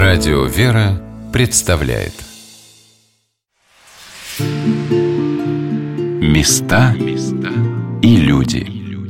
Радио «Вера» представляет Места и люди.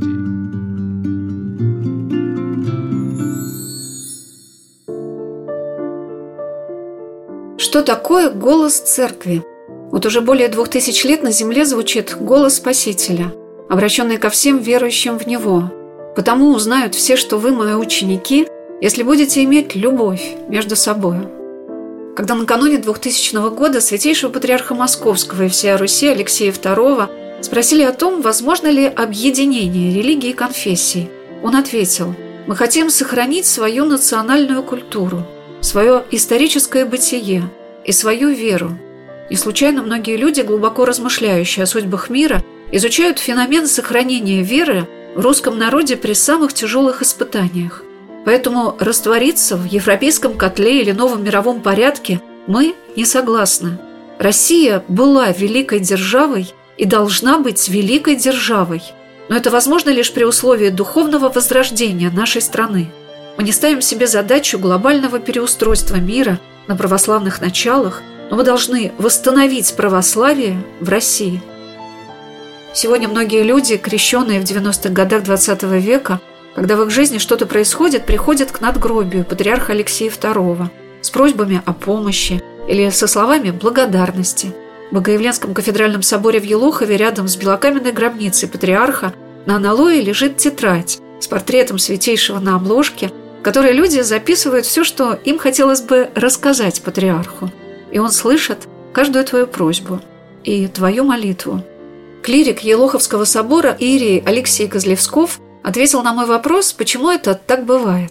Что такое голос церкви? Вот уже более 2000 лет на земле звучит голос Спасителя, обращенный ко всем верующим в Него. «Потому узнают все, что вы мои ученики, если будете иметь любовь между собой». Когда накануне 2000 года святейшего патриарха Московского и всея Руси Алексея II спросили о том, возможно ли объединение религий и конфессий, он ответил: «Мы хотим сохранить свою национальную культуру, свое историческое бытие и свою веру». Не случайно многие люди, глубоко размышляющие о судьбах мира, изучают феномен сохранения веры в русском народе при самых тяжелых испытаниях. Поэтому раствориться в европейском котле или новом мировом порядке мы не согласны. Россия была великой державой и должна быть великой державой. Но это возможно лишь при условии духовного возрождения нашей страны. Мы не ставим себе задачу глобального переустройства мира на православных началах, но мы должны восстановить православие в России. Сегодня многие люди, крещенные в 90-х годах XX века, когда в их жизни что-то происходит, приходят к надгробию патриарха Алексея II с просьбами о помощи или со словами благодарности. В Богоявленском кафедральном соборе в Елохове рядом с белокаменной гробницей патриарха на аналое лежит тетрадь с портретом святейшего на обложке, в которой люди записывают все, что им хотелось бы рассказать патриарху. И он слышит каждую твою просьбу и твою молитву. Клирик Елоховского собора иерей Алексей Козлевсков ответил на мой вопрос, почему это так бывает.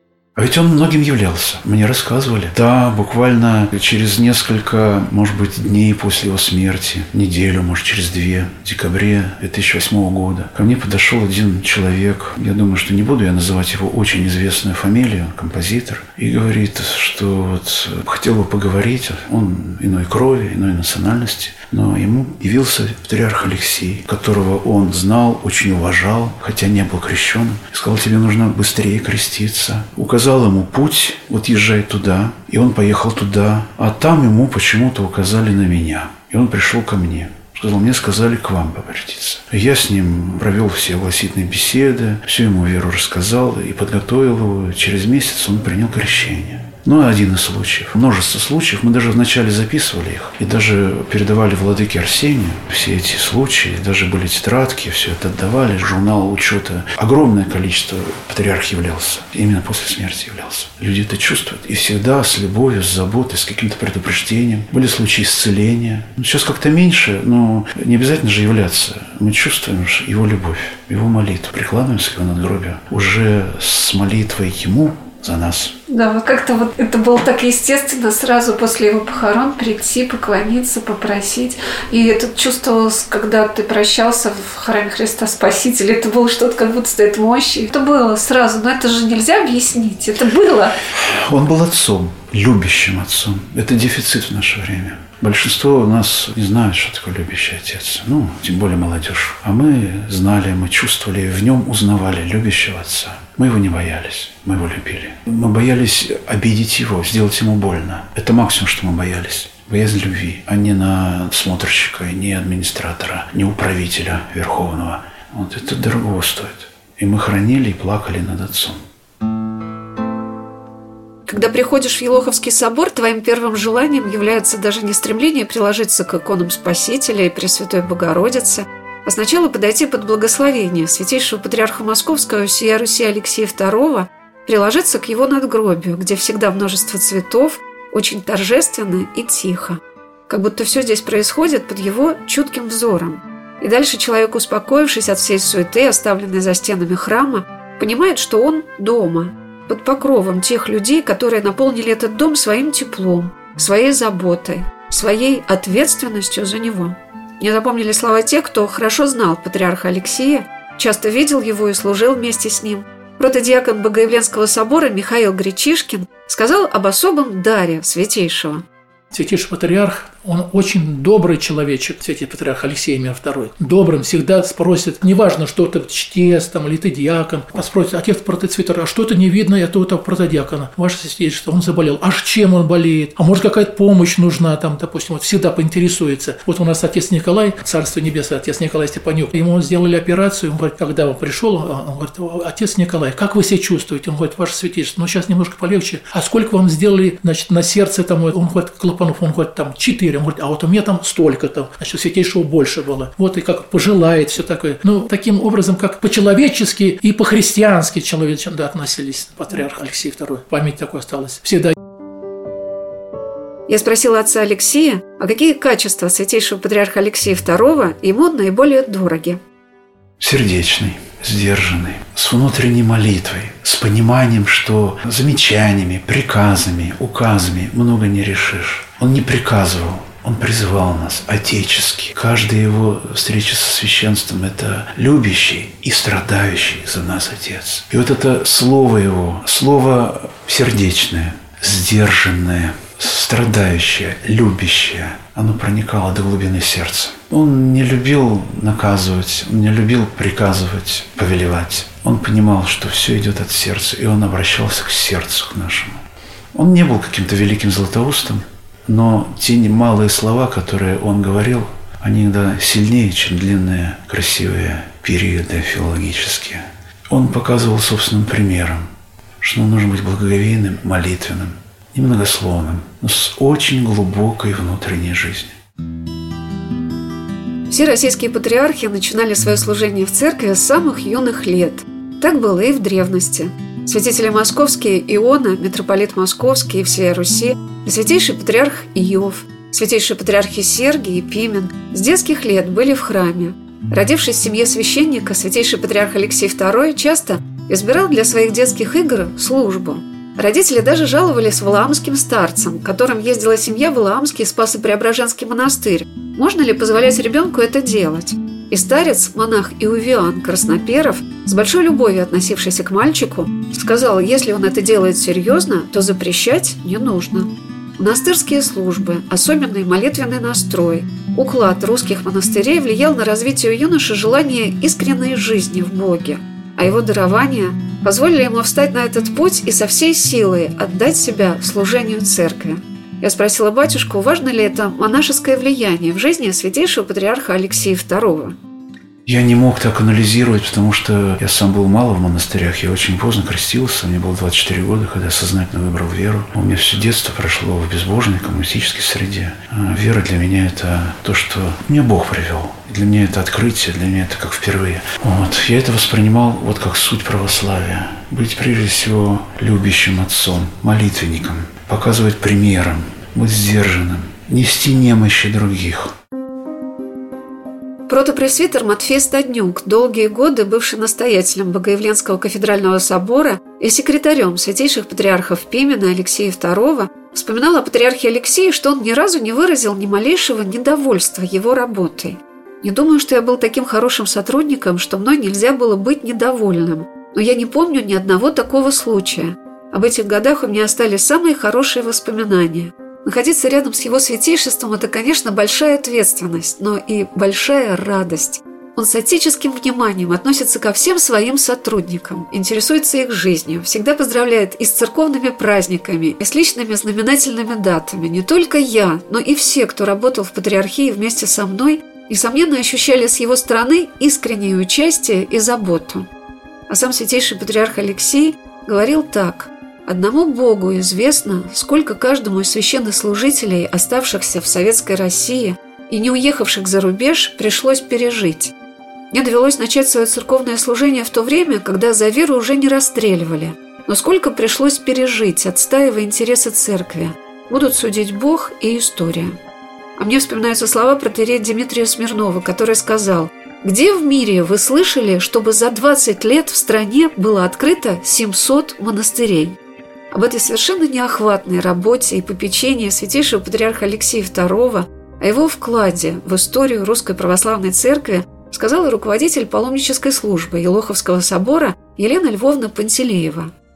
А ведь он многим являлся. Мне рассказывали. Да, буквально через несколько, может быть, дней после его смерти, неделю, может, через 2, в декабре 2008 года, ко мне подошел один человек, я думаю, что не буду я называть его очень известную фамилию, композитор, и говорит, что вот хотел бы поговорить, он иной крови, иной национальности, но ему явился патриарх Алексей, которого он знал, очень уважал, хотя не был крещенным, и сказал: тебе нужно быстрее креститься. Указал ему путь, вот езжай туда, и он поехал туда, а там ему почему-то указали на меня, и он пришел ко мне. Сказал: мне сказали к вам обратиться. Я с ним провел все огласительные беседы, всю ему веру рассказал и подготовил его. Через месяц он принял крещение. Ну, один из случаев. Множество случаев. Мы даже вначале записывали их. И даже передавали владыке Арсению все эти случаи. Даже были тетрадки, все это отдавали. Журнал учета. Огромное количество патриарх являлся. Именно после смерти являлся. Люди это чувствуют. И всегда с любовью, с заботой, с каким-то предупреждением. Были случаи исцеления. Сейчас как-то меньше, но не обязательно же являться. Мы чувствуем его любовь, его молитву. Прикладываемся к его надгробию. Уже с молитвой ему за нас. Да, вот как-то вот это было так естественно сразу после его похорон прийти, поклониться, попросить. И это чувствовалось, когда ты прощался в храме Христа Спасителя. Это было что-то, как будто стоит мощи. Это было сразу, но это же нельзя объяснить. Это было. Он был отцом, любящим отцом. Это дефицит в наше время. Большинство у нас не знают, что такое любящий отец. Ну, тем более молодежь. А мы знали, мы чувствовали, в нем узнавали любящего отца. Мы его не боялись, мы его любили. Мы боялись обидеть его, сделать ему больно. Это максимум, что мы боялись. Боязнь любви, а не надсмотрщика, не администратора, не управителя верховного. Вот это дорого стоит. И мы хранили и плакали над отцом. Когда приходишь в Елоховский собор, твоим первым желанием является даже не стремление приложиться к иконам Спасителя и Пресвятой Богородицы, а сначала подойти под благословение святейшего патриарха Московского и всея Руси Алексея II, приложиться к его надгробию, где всегда множество цветов, очень торжественно и тихо. Как будто все здесь происходит под его чутким взором. И дальше человек, успокоившись от всей суеты, оставленной за стенами храма, понимает, что он дома, под покровом тех людей, которые наполнили этот дом своим теплом, своей заботой, своей ответственностью за него. Мне запомнили слова тех, кто хорошо знал патриарха Алексея, часто видел его и служил вместе с ним. Протодиакон Богоявленского собора Михаил Гречишкин сказал об особом даре святейшего. Святейший патриарх Он очень добрый человечек, святейший патриарх Алексей Мир II. Добрым всегда спросит, неважно, что ты чтец там, или ты диакон, а спросит, отец протоцвитер, а что-то не видно этого протодиакона? Ваше святейшество, он заболел. А чем он болеет? А может, какая-то помощь нужна там, допустим, вот всегда поинтересуется. Вот у нас отец Николай, Царство Небесное, отец Николай Степанюк, ему сделали операцию, он говорит, когда он пришел, он говорит, отец Николай, как вы себя чувствуете? Он говорит, ваше святейшество, сейчас немножко полегче. А сколько вам сделали, значит, на сердце там, он говорит, клапанов, он говорит, там 4. Он говорит, а вот у меня там столько-то, значит, у святейшего больше было. Вот и как пожелает, все такое. Ну, таким образом, как по-человечески и по-христиански человечам относились патриарх Алексей II. Память такой осталась. Всегда. Я спросила отца Алексея, а какие качества святейшего патриарха Алексея II ему наиболее дороги? Сердечный, сдержанный, с внутренней молитвой, с пониманием, что замечаниями, приказами, указами много не решишь. Он не приказывал, он призывал нас отечески. Каждая его встреча со священством – это любящий и страдающий за нас Отец. И вот это слово его, слово сердечное, сдержанное, страдающее, любящее, оно проникало до глубины сердца. Он не любил наказывать, он не любил приказывать, повелевать. Он понимал, что все идет от сердца, и он обращался к сердцу, к нашему. Он не был каким-то великим златоустом, но те немалые слова, которые он говорил, они иногда сильнее, чем длинные, красивые периоды филологические. Он показывал собственным примером, что нужно быть благоговейным, молитвенным, немногословным, но с очень глубокой внутренней жизнью. Все российские патриархи начинали свое служение в церкви с самых юных лет. Так было и в древности. Святители московские Иона, митрополит Московский и всея Руси, и святейший патриарх Иов, святейшие патриархи Сергий и Пимен с детских лет были в храме. Родившись в семье священника, святейший патриарх Алексей II часто избирал для своих детских игр службу. Родители даже жаловались валаамским старцам, к которым ездила семья в Валаамский Спасо-Преображенский монастырь. Можно ли позволять ребенку это делать? И старец, монах Иувиан Красноперов, с большой любовью относившийся к мальчику, сказал, если он это делает серьезно, то запрещать не нужно. Монастырские службы, особенный молитвенный настрой, уклад русских монастырей влиял на развитие у юноши желания искренней жизни в Боге, а его дарования позволили ему встать на этот путь и со всей силой отдать себя служению церкви. Я спросила батюшку, важно ли это монашеское влияние в жизни святейшего патриарха Алексея II. Я не мог так анализировать, потому что я сам был мало в монастырях. Я очень поздно крестился, мне было 24 года, когда я сознательно выбрал веру. У меня все детство прошло в безбожной коммунистической среде. Вера для меня – это то, что мне Бог привел. Для меня это открытие, для меня это как впервые. Я это воспринимал как суть православия. Быть прежде всего любящим отцом, молитвенником, показывать примером, быть сдержанным, нести немощи других. Протопресвитер Матфей Стаднюк, долгие годы бывший настоятелем Богоявленского кафедрального собора и секретарем святейших патриархов Пимена Алексея II, вспоминал о патриархе Алексее, что он ни разу не выразил ни малейшего недовольства его работой. «Не думаю, что я был таким хорошим сотрудником, что мной нельзя было быть недовольным, но я не помню ни одного такого случая. Об этих годах у меня остались самые хорошие воспоминания. Находиться рядом с его святейшеством – это, конечно, большая ответственность, но и большая радость. Он с отеческим вниманием относится ко всем своим сотрудникам, интересуется их жизнью, всегда поздравляет и с церковными праздниками, и с личными знаменательными датами. Не только я, но и все, кто работал в патриархии вместе со мной, несомненно, ощущали с его стороны искреннее участие и заботу». А сам святейший патриарх Алексей говорил так: «Одному Богу известно, сколько каждому из священнослужителей, оставшихся в Советской России и не уехавших за рубеж, пришлось пережить. Мне довелось начать свое церковное служение в то время, когда за веру уже не расстреливали. Но сколько пришлось пережить, отстаивая интересы церкви. Будут судить Бог и история». А мне вспоминаются слова протоиерея Дмитрия Смирнова, который сказал: «Где в мире вы слышали, чтобы за 20 лет в стране было открыто 700 монастырей?» Об этой совершенно неохватной работе и попечении святейшего патриарха Алексея II, о его вкладе в историю Русской Православной Церкви сказала руководитель паломнической службы Елоховского собора Елена Львовна Пантелеева.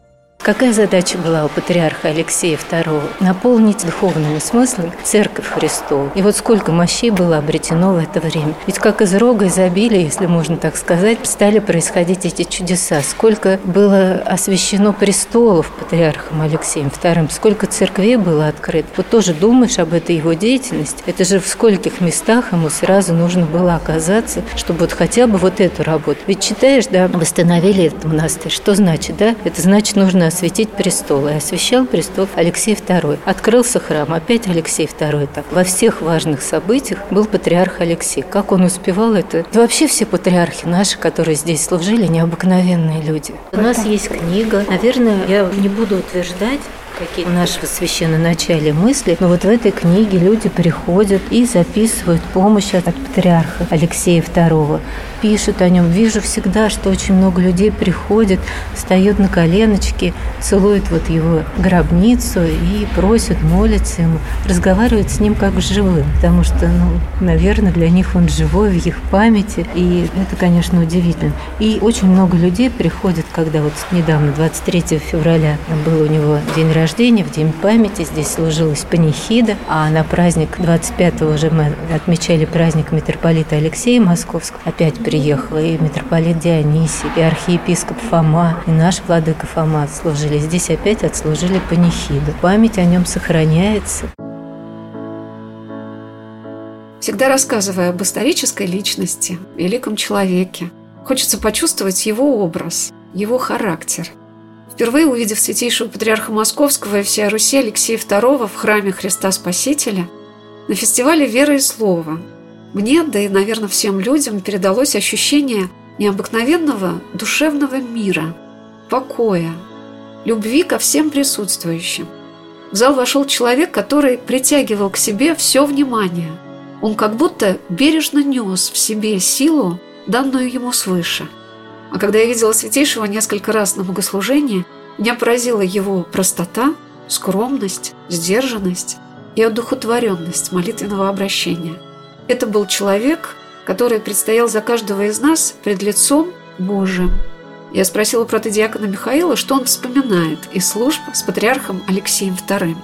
Какая задача была у патриарха Алексея II? Наполнить духовными смыслами Церковь Христову. И вот сколько мощей было обретено в это время. Ведь как из рога изобилия, если можно так сказать, стали происходить эти чудеса. Сколько было освящено престолов патриархом Алексеем II, сколько церквей было открыто. Вот тоже думаешь об этой его деятельности. Это же в скольких местах ему сразу нужно было оказаться, чтобы вот хотя бы вот эту работу. Ведь читаешь, да, восстановили этот монастырь. Что значит, да? Это значит, нужно осветить престол. И освящал престол Алексей II. Открылся храм, опять Алексей II. Так. Во всех важных событиях был патриарх Алексей. Как он успевал это? Да вообще все патриархи наши, которые здесь служили, необыкновенные люди. У нас есть книга. Наверное, я не буду утверждать, какие у нашего священноначалия мысли, но вот в этой книге люди приходят и записывают помощь от патриарха Алексея II. Пишут о нем. Вижу всегда, что очень много людей приходят, встают на коленочки, целуют вот его гробницу и просят, молятся ему, разговаривают с ним как с живым, потому что, наверное, для них он живой в их памяти, и это, конечно, удивительно. И очень много людей приходят, когда вот недавно, 23 февраля, был у него день рождения, в день памяти, здесь служилась панихида, а на праздник 25-го уже мы отмечали праздник митрополита Алексея Московского, опять приехала и митрополит Дионисий, и архиепископ Фома, и наш владыка Фома служили. Здесь опять отслужили панихиду. Память о нем сохраняется. Всегда рассказывая об исторической личности, великом человеке, хочется почувствовать его образ, его характер. Впервые увидев святейшего патриарха Московского и всея Руси Алексея II в храме Христа Спасителя на фестивале «Вера и Слово», мне, да и, наверное, всем людям передалось ощущение необыкновенного душевного мира, покоя, любви ко всем присутствующим. В зал вошел человек, который притягивал к себе все внимание. Он как будто бережно нес в себе силу, данную ему свыше. А когда я видела святейшего несколько раз на богослужении, меня поразила его простота, скромность, сдержанность и одухотворенность молитвенного обращения. Это был человек, который предстоял за каждого из нас пред лицом Божиим. Я спросила протодиакона Михаила, что он вспоминает из служб с патриархом Алексеем II.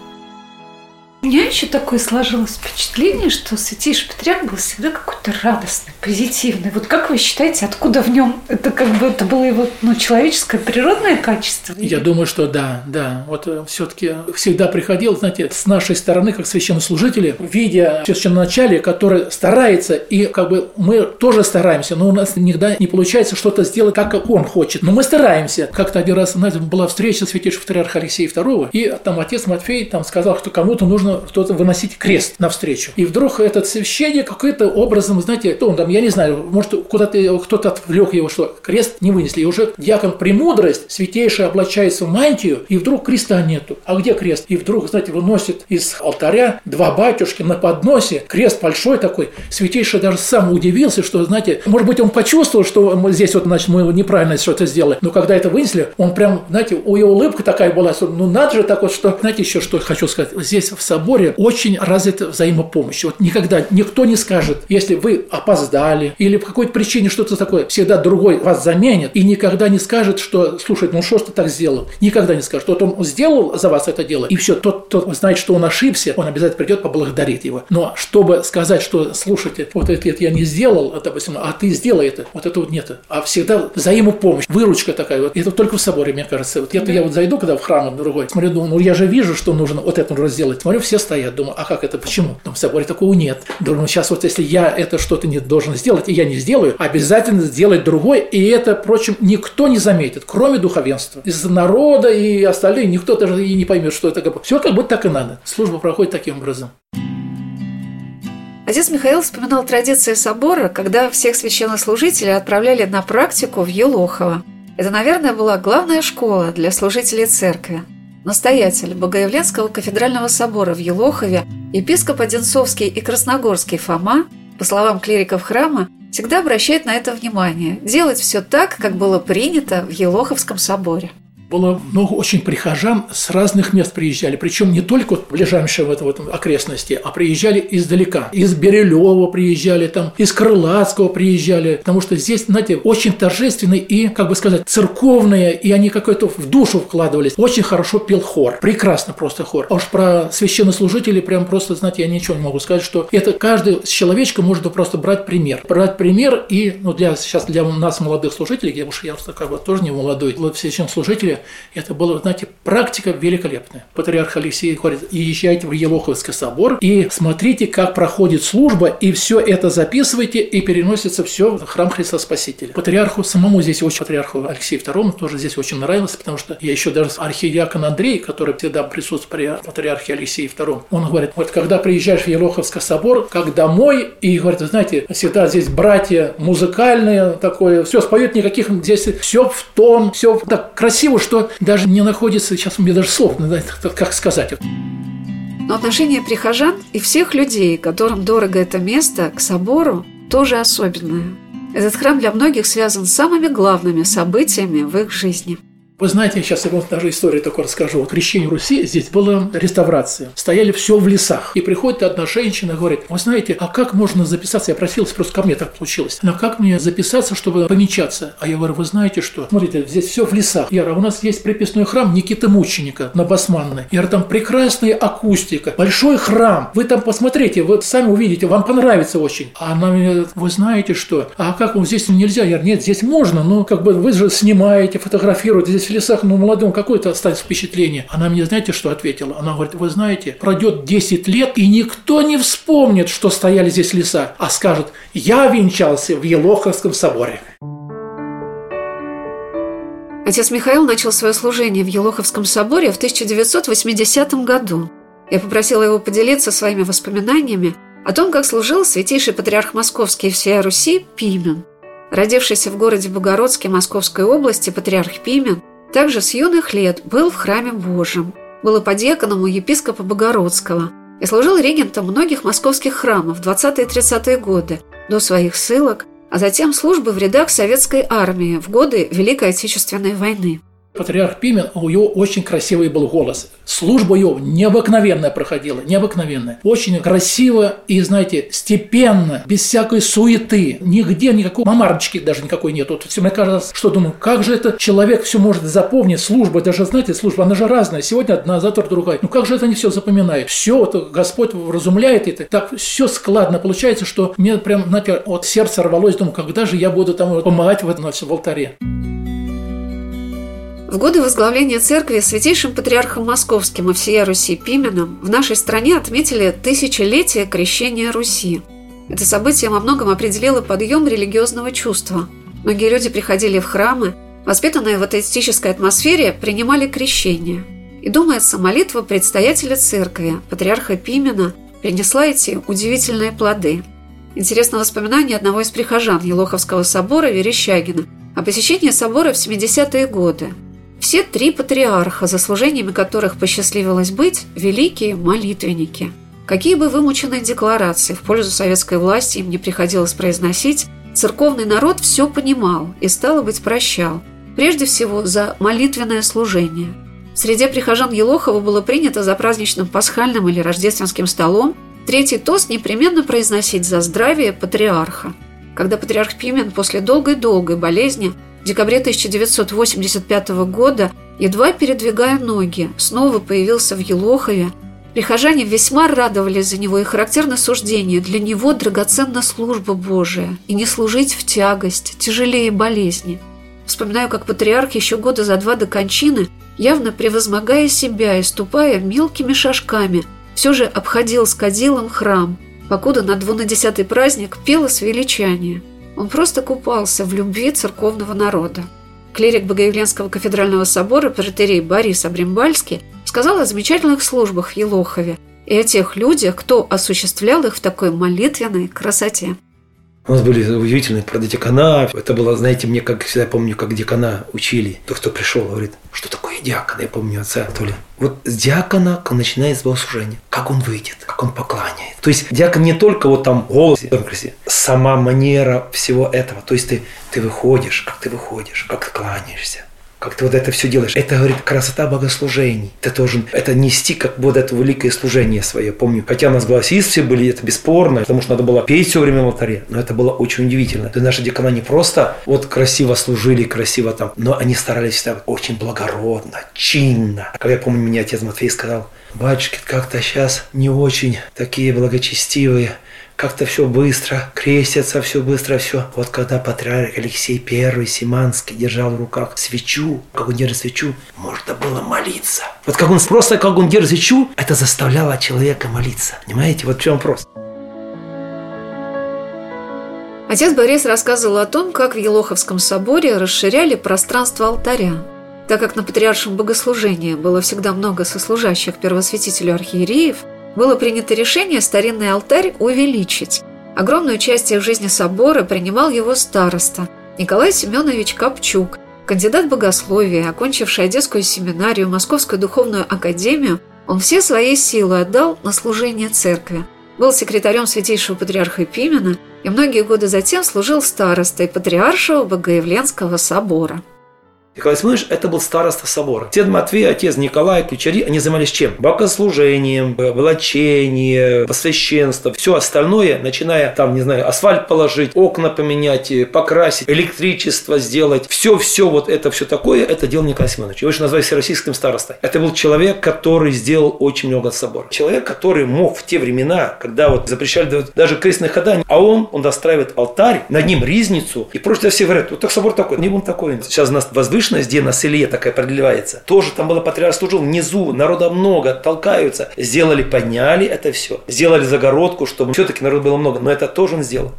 У меня еще такое сложилось впечатление, что святейший патриарх был всегда какой-то радостный, позитивный. Вот как вы считаете, откуда в нем это это было его человеческое, природное качество? Я думаю, что да. Вот все-таки всегда приходил, знаете, с нашей стороны, как священнослужители, видя священноначалие, которое старается, и мы тоже стараемся, но у нас никогда не получается что-то сделать, как он хочет. Но мы стараемся. Как-то один раз, знаете, была встреча святейшего патриарха Алексея II, и там отец Матфей сказал, что кому-то нужно кто-то выносить крест навстречу. И вдруг этот священник каким-то образом, знаете, он там, я не знаю, может, кто-то отвлек его, что крест не вынесли. И уже диакон премудрость, святейший облачается в мантию, и вдруг креста нету. А где крест? И вдруг, знаете, выносит из алтаря два батюшки на подносе, крест большой такой. Святейший даже сам удивился, что, знаете, может быть, он почувствовал, что здесь значит, мы неправильно что-то сделали. Но когда это вынесли, он прям, знаете, у него улыбка такая была, что надо же так вот, что, знаете, еще что хочу сказать. Здесь в соборе очень развита взаимопомощь. Вот никогда никто не скажет, если вы опоздали или по какой-то причине что-то такое, всегда другой вас заменит и никогда не скажет, что, слушай, что ж ты так сделал? Никогда не скажет. Вот он сделал за вас это дело, и все, тот, кто знает, что он ошибся, он обязательно придет поблагодарить его. Но чтобы сказать, что, слушайте, вот это я не сделал, допустим, а ты сделай это, вот это вот нет. А всегда взаимопомощь, выручка такая. Вот это только в соборе, мне кажется. Вот я вот зайду, когда в храм другой, смотрю, думаю, я же вижу, что нужно вот это сделать. Смотрю, все стоят, думаю, а как это, почему? Там в соборе такого нет. Думаю, сейчас вот если я это что-то не должен сделать, и я не сделаю, обязательно сделать другой, и это, впрочем, никто не заметит, кроме духовенства. Из народа и остальные никто даже и не поймет, что это. Все как будто так и надо. Служба проходит таким образом. Отец Михаил вспоминал традиции собора, когда всех священнослужителей отправляли на практику в Елохово. Это, наверное, была главная школа для служителей церкви. Настоятель Богоявленского кафедрального собора в Елохове, епископ Одинцовский и Красногорский Фома, по словам клириков храма, всегда обращает на это внимание, делать все так, как было принято в Елоховском соборе. Было много очень прихожан, с разных мест приезжали. Причем не только в ближайшие в окрестности, а приезжали издалека. Из Берилева приезжали, там, из Крылатского приезжали. Потому что здесь, знаете, очень торжественные и, как бы сказать, церковные, и они какой-то в душу вкладывались. Очень хорошо пел хор. Прекрасно просто хор. А уж про священнослужителей прям просто, знаете, я ничего не могу сказать, что это каждый человечка может просто брать пример. Брать пример и, сейчас для нас, молодых служителей, я как бы тоже не молодой, священнослужители, это было, знаете, практика великолепная. Патриарх Алексей говорит: езжайте в Елоховский собор и смотрите, как проходит служба, и все это записывайте, и переносится все в храм Христа Спасителя. Патриарху самому здесь патриарху Алексею II тоже здесь очень нравилось, потому что я еще даже архиереякон Андрей, который всегда присутствует при патриархе Алексее II, он говорит: вот когда приезжаешь в Елоховский собор, как домой, и говорит: вы знаете, всегда здесь братья музыкальные, такое, все споют, никаких здесь, все в тон, все так красиво, что даже не находится, сейчас у меня даже слов, как сказать. Но отношение прихожан и всех людей, которым дорого это место, к собору, тоже особенное. Этот храм для многих связан с самыми главными событиями в их жизни. Вы знаете, сейчас я вам даже историю такую расскажу. Вот крещение Руси, здесь была реставрация. Стояли все в лесах. И приходит одна женщина и говорит: вы знаете, а как можно записаться? Я просилась, просто ко мне так получилось. Но как мне записаться, чтобы помечаться? А я говорю: вы знаете что? Смотрите, здесь все в лесах. Я говорю: у нас есть приписной храм Никиты Мученика на Басманной. Я говорю: там прекрасная акустика, большой храм. Вы там посмотрите, вы сами увидите, вам понравится очень. А она мне говорит: вы знаете что? А как вам здесь нельзя? Я говорю: нет, здесь можно, но как бы вы же снимаете, фотографируете здесь в лесах, молодым какое-то останется впечатление. Она мне, знаете, что ответила? Она говорит: вы знаете, пройдет 10 лет, и никто не вспомнит, что стояли здесь леса, а скажет: я венчался в Елоховском соборе. Отец Михаил начал свое служение в Елоховском соборе в 1980 году. Я попросила его поделиться своими воспоминаниями о том, как служил святейший патриарх Московский и всея Руси Пимен. Родившийся в городе Богородске Московской области патриарх Пимен также с юных лет был в храме Божьем, был иподиаконом у епископа Богородского и служил регентом многих московских храмов в 20-е и 30-е годы до своих ссылок, а затем службы в рядах советской армии в годы Великой Отечественной войны. Патриарх Пимен, у него очень красивый был голос. Служба его необыкновенная проходила, необыкновенная. Очень красиво и, знаете, степенно, без всякой суеты. Нигде никакой мамарочки даже никакой нет. Вот все, мне кажется, что думаю, как же это человек все может запомнить, служба, даже, знаете, служба, она же разная. Сегодня одна, завтра другая. Ну как же это они все запоминают? Все это Господь вразумляет это. Так все складно получается, что мне прям, знаете, от сердца рвалось. Думаю, когда же я буду там помогать в алтаре. В годы возглавления церкви святейшим патриархом Московским и всея Руси Пименом в нашей стране отметили тысячелетие крещения Руси. Это событие во многом определило подъем религиозного чувства. Многие люди приходили в храмы, воспитанные в атеистической атмосфере, принимали крещение. И, думается, молитва предстоятеля церкви, патриарха Пимена, принесла эти удивительные плоды. Интересно воспоминание одного из прихожан Елоховского собора Верещагина о посещении собора в 70-е годы. Все 3 патриарха, за служениями которых посчастливилось быть, великие молитвенники. Какие бы вымученные декларации в пользу советской власти им не приходилось произносить, церковный народ все понимал и, стало быть, прощал. Прежде всего, за молитвенное служение. В среде прихожан Елохова было принято за праздничным пасхальным или рождественским столом 3-й тост непременно произносить за здравие патриарха. Когда патриарх Пимен после долгой-долгой болезни в декабре 1985 года, едва передвигая ноги, снова появился в Елохове, прихожане весьма радовались за него, и характерно суждение: для него драгоценна служба Божия, и не служить в тягость, тяжелее болезни. Вспоминаю, как патриарх еще года за 2 до кончины, явно превозмогая себя и ступая мелкими шажками, все же обходил с кадилом храм, покуда на 12-й праздник пелось величание. Он просто купался в любви церковного народа. Клирик Богоявленского кафедрального собора протоиерей Борис Обрембальский сказал о замечательных службах в Елохове и о тех людях, кто осуществлял их в такой молитвенной красоте. У нас были удивительные продиакона. Это было, знаете, мне, как всегда помню, как диакона учили. Тот, кто пришел, говорит: что такое диакон? Я помню отца то ли. Вот с диакона начинается богослужение. Как он выйдет, как он покланяет. То есть диакон не только вот там голос, сама манера всего этого. То есть ты выходишь, как ты кланяешься. как ты вот это все делаешь. Это, говорит, красота богослужений. Ты должен это нести, как вот это великое служение свое. Помню, хотя у нас голосистцы были, это бесспорно, потому что надо было петь все время в алтаре. Но это было очень удивительно. То наши диаконы не просто вот красиво служили, красиво там, но они старались всегда очень благородно, чинно. Когда я помню, мне отец Матфей сказал: батюшки как-то сейчас не очень такие благочестивые, как-то все быстро, крестятся, все быстро, все. Вот когда патриарх Алексей I Симанский держал в руках свечу, как он держит свечу, можно было молиться. Вот как он держит свечу, это заставляло человека молиться. Понимаете, вот в чем вопрос. Отец Борис рассказывал о том, как в Елоховском соборе расширяли пространство алтаря. Так как на патриаршем богослужении было всегда много сослужащих первосвятителю архиереев, было принято решение старинный алтарь увеличить. Огромное участие в жизни собора принимал его староста Николай Семенович Копчук, кандидат богословия, окончивший Одесскую семинарию, Московскую духовную академию. Он все свои силы отдал на служение церкви. Был секретарем святейшего патриарха Пимена и многие годы затем служил старостой Патриаршего Богоявленского собора. Николай Семенович – это был староста собора. Отец Матвей, отец Николай, ключари, они занимались чем? Богослужением, волочением, посвященством. Все остальное, начиная там, не знаю, асфальт положить, окна поменять, покрасить, электричество сделать. Все вот это все такое, это делал Николай Семенович. Его еще назвали всероссийским старостой. Это был человек, который сделал очень много от собора. Человек, который мог в те времена, когда вот запрещали даже крестные хода, а он достраивает алтарь, над ним ризницу, и просто все говорят: вот так собор такой, не будем такой. Сейчас у нас возвышенность, где на селе такая продлевается. Тоже там было, патриарх служил внизу, народа много, толкаются. Сделали, подняли это все. Сделали загородку, чтобы все-таки народа было много. Но это тоже он сделал.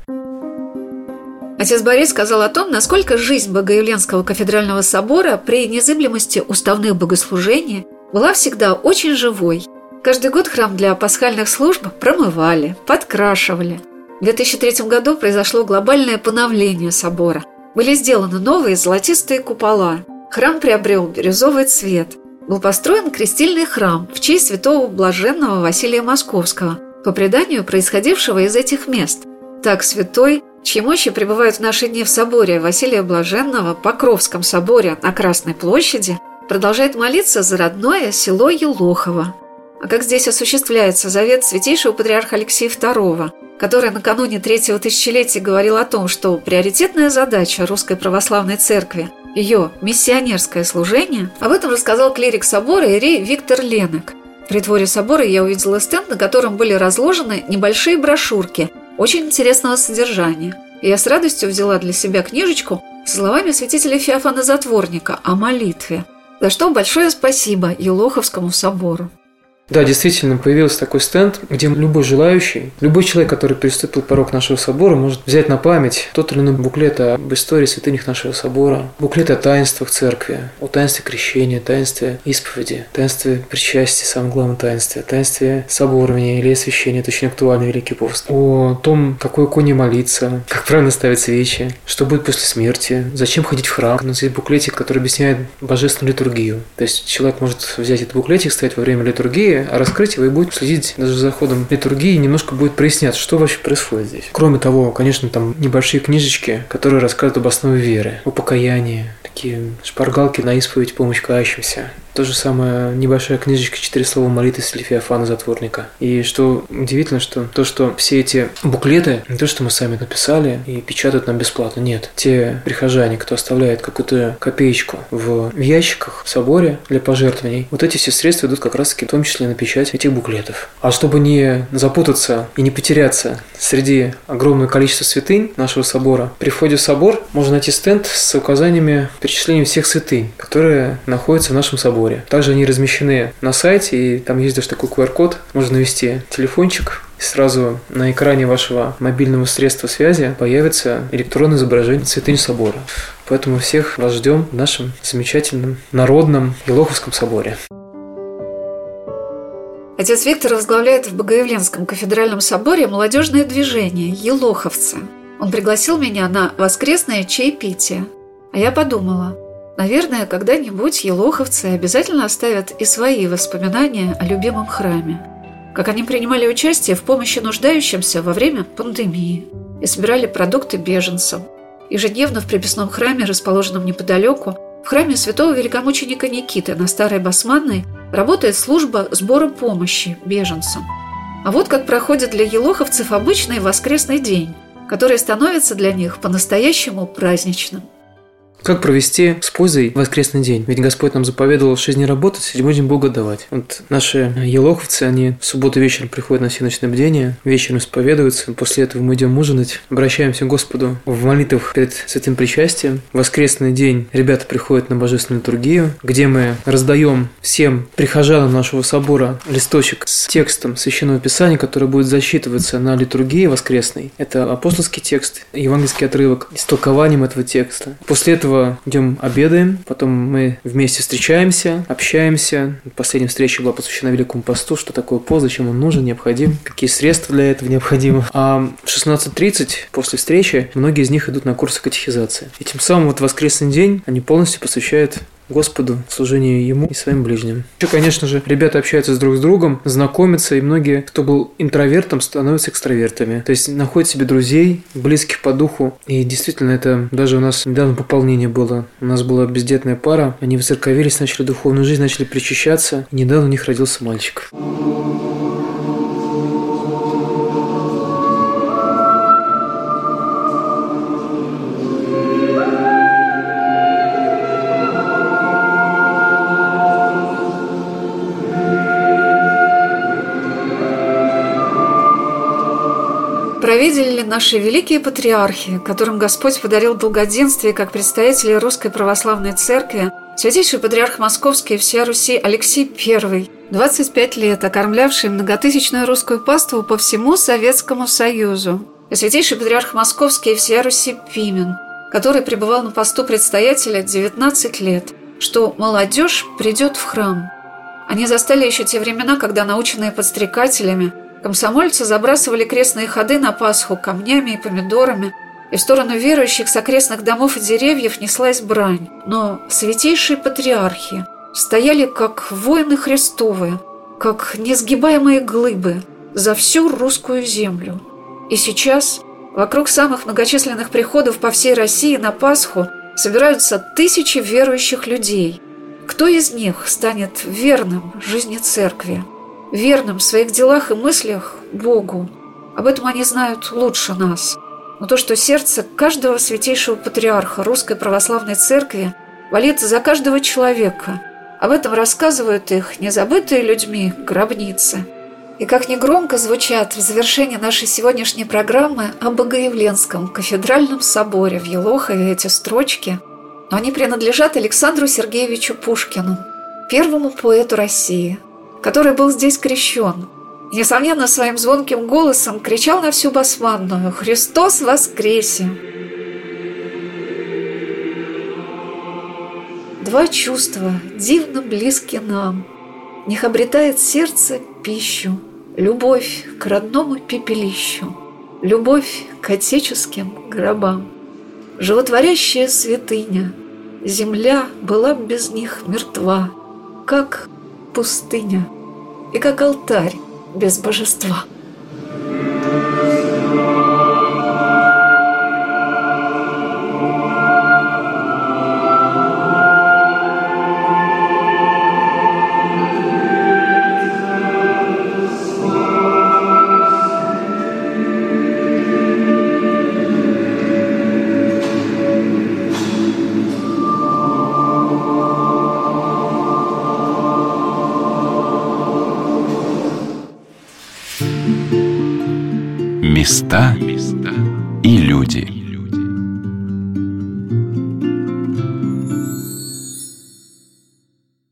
Отец Борис сказал о том, насколько жизнь Богоявленского кафедрального собора при незыблемости уставных богослужений была всегда очень живой. Каждый год храм для пасхальных служб промывали, подкрашивали. В 2003 году произошло глобальное поновление собора. Были сделаны новые золотистые купола. Храм приобрел бирюзовый цвет. Был построен крестильный храм в честь святого блаженного Василия Московского, по преданию происходившего из этих мест. Так святой, чьи мощи пребывают в наши дни в соборе Василия Блаженного, Покровском соборе на Красной площади, продолжает молиться за родное село Елохово. А как здесь осуществляется завет святейшего патриарха Алексея II, который накануне третьего тысячелетия говорил о том, что приоритетная задача Русской Православной Церкви – ее миссионерское служение, об этом рассказал клирик собора иерей Виктор Ленек. В притворе собора я увидела стенд, на котором были разложены небольшие брошюрки очень интересного содержания. И я с радостью взяла для себя книжечку с словами святителя Феофана Затворника о молитве, за что большое спасибо Елоховскому собору. Да, действительно, появился такой стенд, где любой желающий, любой человек, который переступил порог нашего собора, может взять на память тот или иной буклет об истории святынях нашего собора, буклет о таинствах церкви, о таинстве крещения, таинстве исповеди, таинстве причастия, самое главное таинстве, таинстве соборования или освящения, это очень актуальный Великий пост, о том, какой иконе молиться, как правильно ставить свечи, что будет после смерти, зачем ходить в храм. У нас есть буклетик, который объясняет божественную литургию. То есть человек может взять этот буклетик, стоять во время литургии, а раскрыть его и будет следить даже за ходом литургии, и немножко будет проясняться, что вообще происходит здесь. Кроме того, конечно, там небольшие книжечки, которые рассказывают об основе веры, о покаянии, такие шпаргалки на исповедь, помощь кающимся. То же самое небольшая книжечка «4 слова молитвы» с Феофана Затворника. И что удивительно, что все эти буклеты, не то, что мы сами написали и печатают нам бесплатно, нет. Те прихожане, кто оставляет какую-то копеечку в ящиках в соборе для пожертвований, вот эти все средства идут как раз-таки в том числе на печать этих буклетов. А чтобы не запутаться и не потеряться среди огромного количества святынь нашего собора, при входе в собор можно найти стенд с указаниями, перечислением всех святынь, которые находятся в нашем соборе. Также они размещены на сайте, и там есть даже такой QR-код. Можно навести телефончик, и сразу на экране вашего мобильного средства связи появится электронное изображение святынь собора. Поэтому всех вас ждем в нашем замечательном народном Елоховском соборе. Отец Виктор возглавляет в Богоявленском кафедральном соборе молодежное движение «Елоховцы». Он пригласил меня на воскресное чаепитие. А я подумала, наверное, когда-нибудь елоховцы обязательно оставят и свои воспоминания о любимом храме. Как они принимали участие в помощи нуждающимся во время пандемии и собирали продукты беженцам. Ежедневно в приписном храме, расположенном неподалеку, В храме святого великомученика Никиты на Старой Басманной работает служба сбора помощи беженцам. А вот как проходит для елоховцев обычный воскресный день, который становится для них по-настоящему праздничным. Как провести с пользой воскресный день? Ведь Господь нам заповедовал 6 дней работать, 7-й день Бога давать. Вот наши елоховцы, они в субботу вечером приходят на всеночное бдение, вечером исповедуются, после этого мы идем ужинать, обращаемся к Господу в молитвах перед святым причастием. В воскресный день ребята приходят на божественную литургию, где мы раздаем всем прихожанам нашего собора листочек с текстом Священного Писания, который будет зачитываться на литургии воскресной. Это апостольский текст, евангельский отрывок с толкованием этого текста. После этого идем обедаем, потом мы вместе встречаемся, общаемся. Последняя встреча была посвящена Великому посту, что такое пост, зачем он нужен, необходим, какие средства для этого необходимы. А в 16:30 после встречи многие из них идут на курсы катехизации. И тем самым вот воскресный день они полностью посвящают Господу, служению Ему и своим ближним. Еще, конечно же, ребята общаются друг с другом, знакомятся, и многие, кто был интровертом, становятся экстравертами. То есть находят себе друзей, близких по духу. И действительно, это даже у нас недавно пополнение было. У нас была бездетная пара, они воцерковились, начали духовную жизнь, начали причащаться. И недавно у них родился мальчик. Провидели ли наши великие патриархи, которым Господь подарил долгоденствие как представители Русской Православной Церкви, святейший патриарх Московский и всея Руси Алексий I, 25 лет окормлявший многотысячную русскую паству по всему Советскому Союзу, и святейший патриарх Московский и всея Руси Пимен, который пребывал на посту предстоятеля 19 лет, что молодежь придет в храм. Они застали еще те времена, когда, наученные подстрекателями, комсомольцы забрасывали крестные ходы на Пасху камнями и помидорами, и в сторону верующих с окрестных домов и деревьев неслась брань. Но святейшие патриархи стояли как воины Христовы, как несгибаемые глыбы за всю русскую землю. И сейчас вокруг самых многочисленных приходов по всей России на Пасху собираются тысячи верующих людей. Кто из них станет верным жизни Церкви? Верным в своих делах и мыслях Богу. Об этом они знают лучше нас. Но то, что сердце каждого святейшего патриарха Русской Православной Церкви болит за каждого человека, об этом рассказывают их незабытые людьми гробницы. И как негромко звучат в завершении нашей сегодняшней программы о Богоявленском кафедральном соборе в Елохове эти строчки, но они принадлежат Александру Сергеевичу Пушкину, первому поэту России, который был здесь крещен, и, несомненно, своим звонким голосом кричал на всю Басманную: «Христос воскресе!». Два чувства дивно близки нам, в них обретает сердце пищу, любовь к родному пепелищу, любовь к отеческим гробам. Животворящая святыня, земля была без них мертва, как пустыня и как алтарь без божества. Места и люди.